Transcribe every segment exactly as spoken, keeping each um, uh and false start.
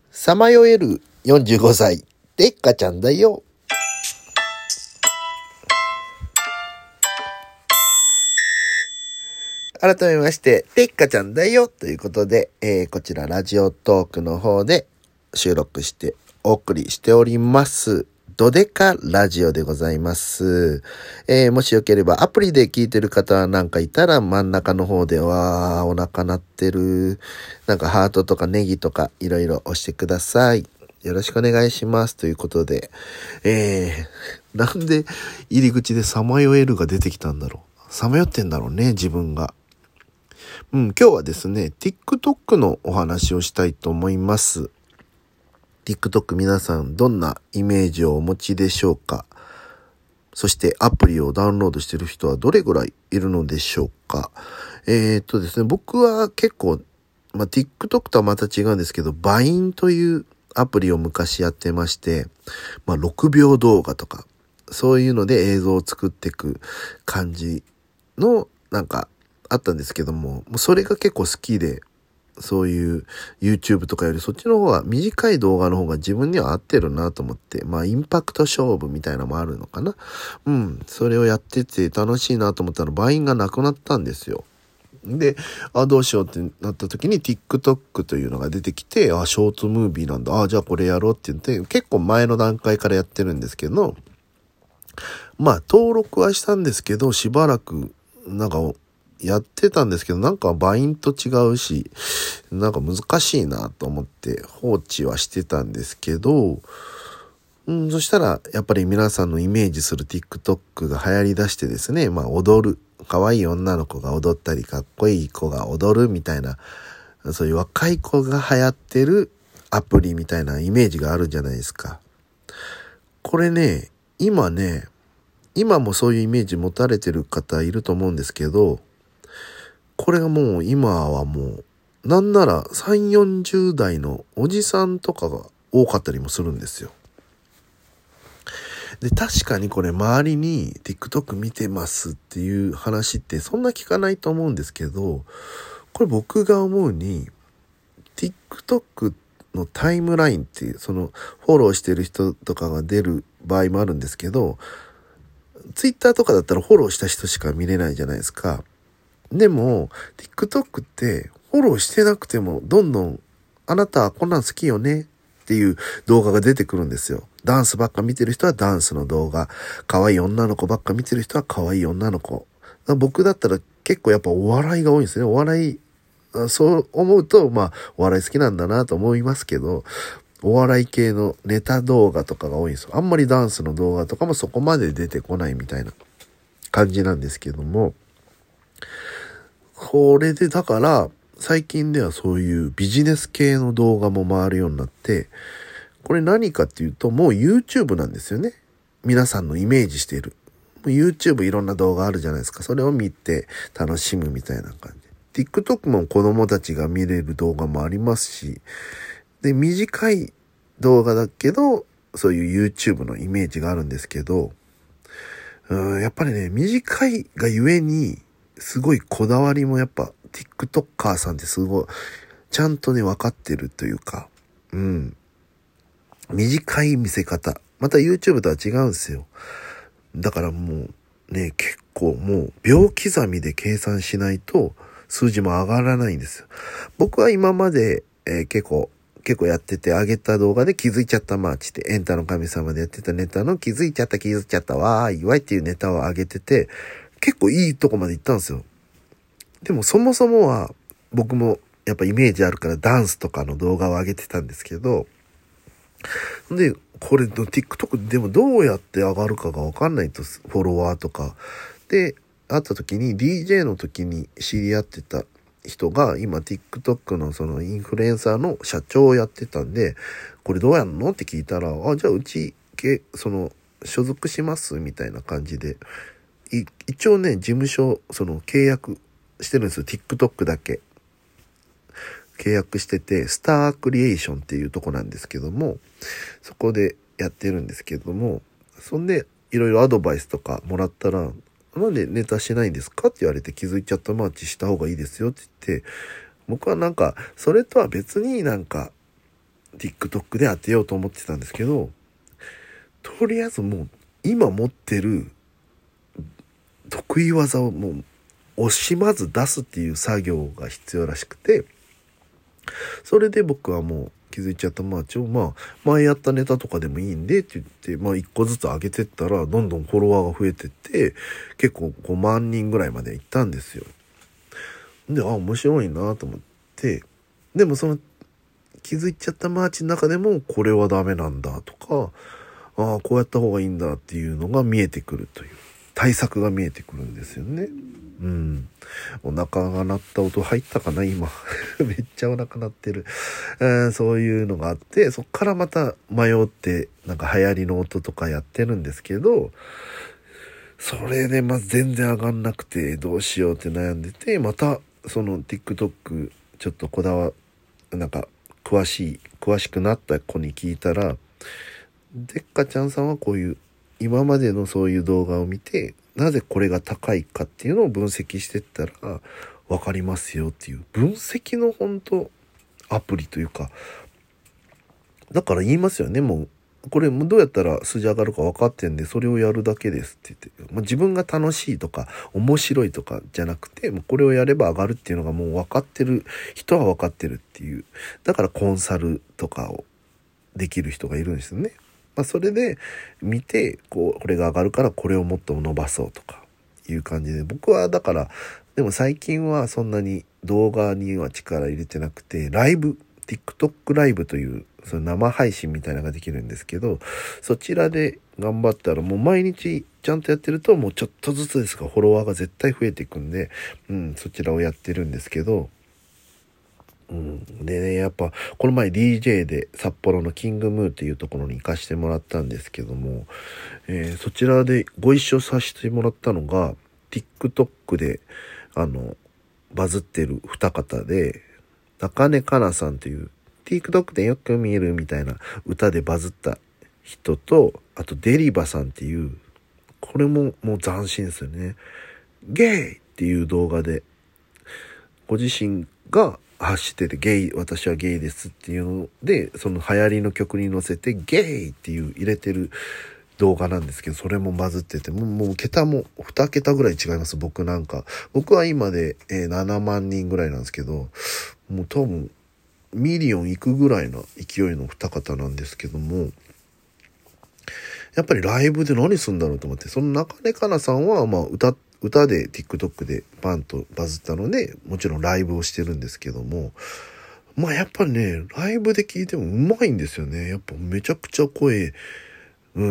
さまよえるよんじゅうごさい、てっかちゃんだよ。改めまして、てっかちゃんだよということで、えー、こちらラジオトークの方で収録してお送りしております。ドデカラジオでございます。えー、もしよければアプリで聞いてる方なんかいたら真ん中の方でわーお腹鳴ってるなんかハートとかネギとかいろいろ押してください。よろしくお願いしますということで、えー、なんで入り口でさまよえるが出てきたんだろう。さまよってんだろうね、自分が。うん、今日はですね、TikTok のお話をしたいと思います。TikTok 皆さんどんなイメージをお持ちでしょうか？そしてアプリをダウンロードしている人はどれぐらいいるのでしょうか？えーっとですね、僕は結構、まあ、TikTok とはまた違うんですけど、バインというアプリを昔やってまして、まあ、ろくびょう動画とか、そういうので映像を作っていく感じの、なんか、あったんですけども、もうそれが結構好きで、そういう YouTube とかよりそっちの方が短い動画の方が自分には合ってるなと思って、まあインパクト勝負みたいなのもあるのかな。うん、それをやってて楽しいなと思ったらバインがなくなったんですよ。で、あ、どうしようってなった時に TikTok というのが出てきて、あ、ショートムービーなんだ。あ、じゃあこれやろうって言って、結構前の段階からやってるんですけど、まあ登録はしたんですけど、しばらくなんかやってたんですけど、なんかバインと違うし、なんか難しいなと思って放置はしてたんですけど、うん、そしたらやっぱり皆さんのイメージする TikTok が流行り出してですね、まあ踊る、可愛い女の子が踊ったり、かっこいい子が踊るみたいな、そういう若い子が流行ってるアプリみたいなイメージがあるじゃないですか。これね、今ね、今もそういうイメージ持たれてる方いると思うんですけど、これがもう今はもうなんならさんじゅう、よんじゅう代のおじさんとかが多かったりもするんですよ。で、確かにこれ周りに TikTok 見てますっていう話ってそんな聞かないと思うんですけど、これ僕が思うに TikTok のタイムラインっていうそのフォローしてる人とかが出る場合もあるんですけど、Twitter とかだったらフォローした人しか見れないじゃないですか。でも TikTok ってフォローしてなくてもどんどんあなたはこんなん好きよねっていう動画が出てくるんですよ。ダンスばっか見てる人はダンスの動画、可愛い女の子ばっか見てる人は可愛い女の子。僕だったら結構やっぱお笑いが多いんですね。お笑い、そう思うとまあお笑い好きなんだなと思いますけど、お笑い系のネタ動画とかが多いんですよ。あんまりダンスの動画とかもそこまで出てこないみたいな感じなんですけども、これでだから最近ではそういうビジネス系の動画も回るようになって、これ何かっていうともう YouTube なんですよね。皆さんのイメージしている。YouTube いろんな動画あるじゃないですか。それを見て楽しむみたいな感じ。TikTok も子供たちが見れる動画もありますし、で、短い動画だけど、そういう YouTube のイメージがあるんですけど、うん、やっぱりね、短いがゆえに、すごいこだわりもやっぱ TikToker さんってすごいちゃんとね分かってるというか、うん、短い見せ方また YouTube とは違うんですよ。だからもうね、結構もう秒刻みで計算しないと数字も上がらないんですよ。僕は今まで、えー、結構結構やってて上げた動画で気づいちゃったマーチってエンタの神様でやってたネタの気づいちゃった気づいちゃったわーいわいっていうネタを上げてて、結構いいとこまで行ったんですよ。でもそもそもは僕もやっぱイメージあるからダンスとかの動画を上げてたんですけど、でこれの TikTok でもどうやって上がるかが分かんないと、フォロワーとかで会った時に ディージェー の時に知り合ってた人が今 TikTok のそのインフルエンサーの社長をやってたんで、これどうやんのって聞いたら、あ、じゃあうちけその所属しますみたいな感じで、い一応ね事務所その契約してるんですよ。 TikTok だけ契約してて、スタークリエーションっていうとこなんですけども、そこでやってるんですけども、そんでいろいろアドバイスとかもらったら、なんでネタしないんですかって言われて、気づいちゃったマーチした方がいいですよって言って、僕はなんかそれとは別になんか TikTok で当てようと思ってたんですけど、とりあえずもう今持ってる得意技をもう惜しまず出すっていう作業が必要らしくて、それで僕はもう気づいちゃったマーチを、まあ前やったネタとかでもいいんでって言って、まあ一個ずつ上げてったらどんどんフォロワーが増えてって、結構ごまんにんぐらいまで行ったんですよ。で、あ、面白いなと思って、でもその気づいちゃったマーチの中でもこれはダメなんだとか、ああこうやった方がいいんだっていうのが見えてくるという対策が見えてくるんですよね。うん。お腹が鳴った音入ったかな今。めっちゃお腹鳴ってる、えー。そういうのがあって、そっからまた迷ってなんか流行りの音とかやってるんですけど、それでまず全然上がんなくてどうしようって悩んでて、またその TikTok ちょっとこだわなんか詳しい詳しくなった子に聞いたら、でっかちゃんさんはこういう今までのそういう動画を見てなぜこれが高いかっていうのを分析してったら分かりますよっていう分析の本当アプリというか、だから言いますよね。もうこれもどうやったら数字上がるか分かってんでそれをやるだけですって言って、まあ、自分が楽しいとか面白いとかじゃなくて、もうこれをやれば上がるっていうのがもう分かってる人は分かってるっていう、だからコンサルとかをできる人がいるんですよね。まあ、それで見てこうこれが上がるからこれをもっと伸ばそうとかいう感じで、僕はだからでも最近はそんなに動画には力入れてなくて、ライブ TikTok ライブというその生配信みたいなのができるんですけど、そちらで頑張ったらもう毎日ちゃんとやってるともうちょっとずつですがフォロワーが絶対増えていくんで、うん、そちらをやってるんですけど、うん、でね、やっぱこの前 ディージェー で札幌のキングムーっていうところに行かしてもらったんですけども、えー、そちらでご一緒させてもらったのが TikTok であのバズってる二方で、中根かなさんという TikTok でよく見えるみたいな歌でバズった人と、あとデリバさんっていう、これももう斬新ですよね。ゲイっていう動画でご自身が発してて、ゲイ、私はゲイですっていうので、その流行りの曲に乗せてゲイっていう入れてる動画なんですけど、それもバズってて、もう、もう桁もに桁ぐらい違います。僕なんか。僕は今で、えー、ななまんにんぐらいなんですけど、もう多分ミリオンいくぐらいの勢いの二方なんですけども、やっぱりライブで何するんだろうと思って、その中根かなさんはまあ歌歌で TikTok でバンとバズったので、もちろんライブをしてるんですけども、まあやっぱりね、ライブで聞いてもうまいんですよね。やっぱめちゃくちゃ声、うん。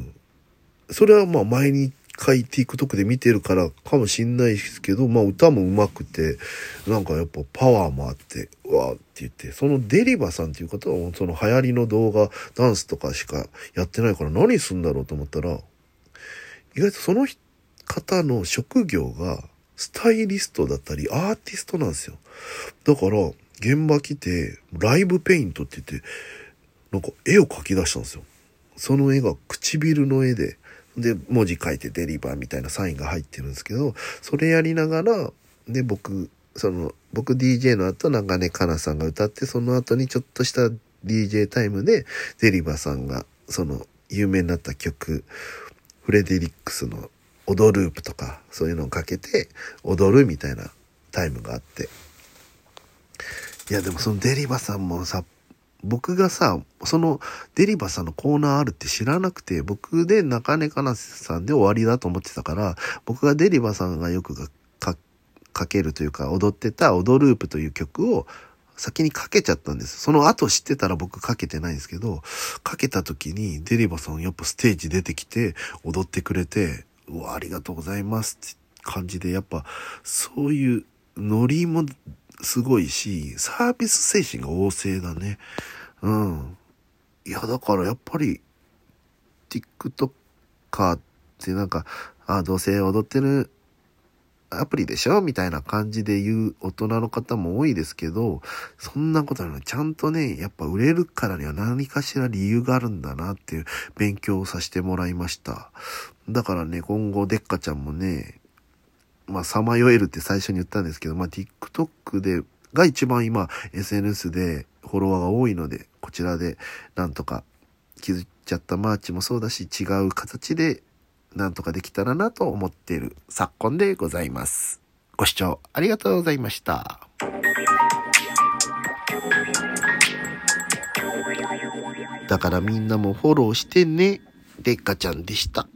それはまあ前に一回 TikTok で見てるからかもしんないですけど、まあ歌も上手くて、なんかやっぱパワーもあって、うわーって言って、そのデリバさんっていう方はその流行りの動画、ダンスとかしかやってないから何すんだろうと思ったら、意外とその方の職業がスタイリストだったりアーティストなんですよ。だから現場来てライブペイントって言って、なんか絵を描き出したんですよ。その絵が唇の絵で、で文字書いてデリバーみたいなサインが入ってるんですけど、それやりながら、で僕その僕 ディージェー の後中根かなさんが歌って、その後にちょっとした ディージェー タイムでデリバーさんがその有名になった曲フレデリックスのオドループとかそういうのをかけて踊るみたいなタイムがあって、いやでもそのデリバさんもさ、僕がさそのデリバさんのコーナーあるって知らなくて、僕で中根かなさんで終わりだと思ってたから、僕がデリバさんがよくがかかけるというか踊ってたオドループという曲を先にかけちゃったんです。その後知ってたら僕かけてないんですけど、かけた時にデリバさんやっぱステージ出てきて踊ってくれて、うわありがとうございますって感じで、やっぱそういうノリもすごいし、サービス精神が旺盛だね。うん。いやだからやっぱり TikToker ってなんか、あどうせ踊ってるアプリでしょみたいな感じで言う大人の方も多いですけど、そんなことないの。ちゃんとね、やっぱ売れるからには何かしら理由があるんだなっていう勉強をさせてもらいました。だからね、今後デッカちゃんもね、まあさまよえるって最初に言ったんですけど、まあ TikTok でが一番今 エスエヌエス でフォロワーが多いので、こちらでなんとか気づいちゃったマーチもそうだし、違う形でなんとかできたらなと思っている昨今でございます。ご視聴ありがとうございました。だからみんなもフォローしてね。でっかちゃんでした。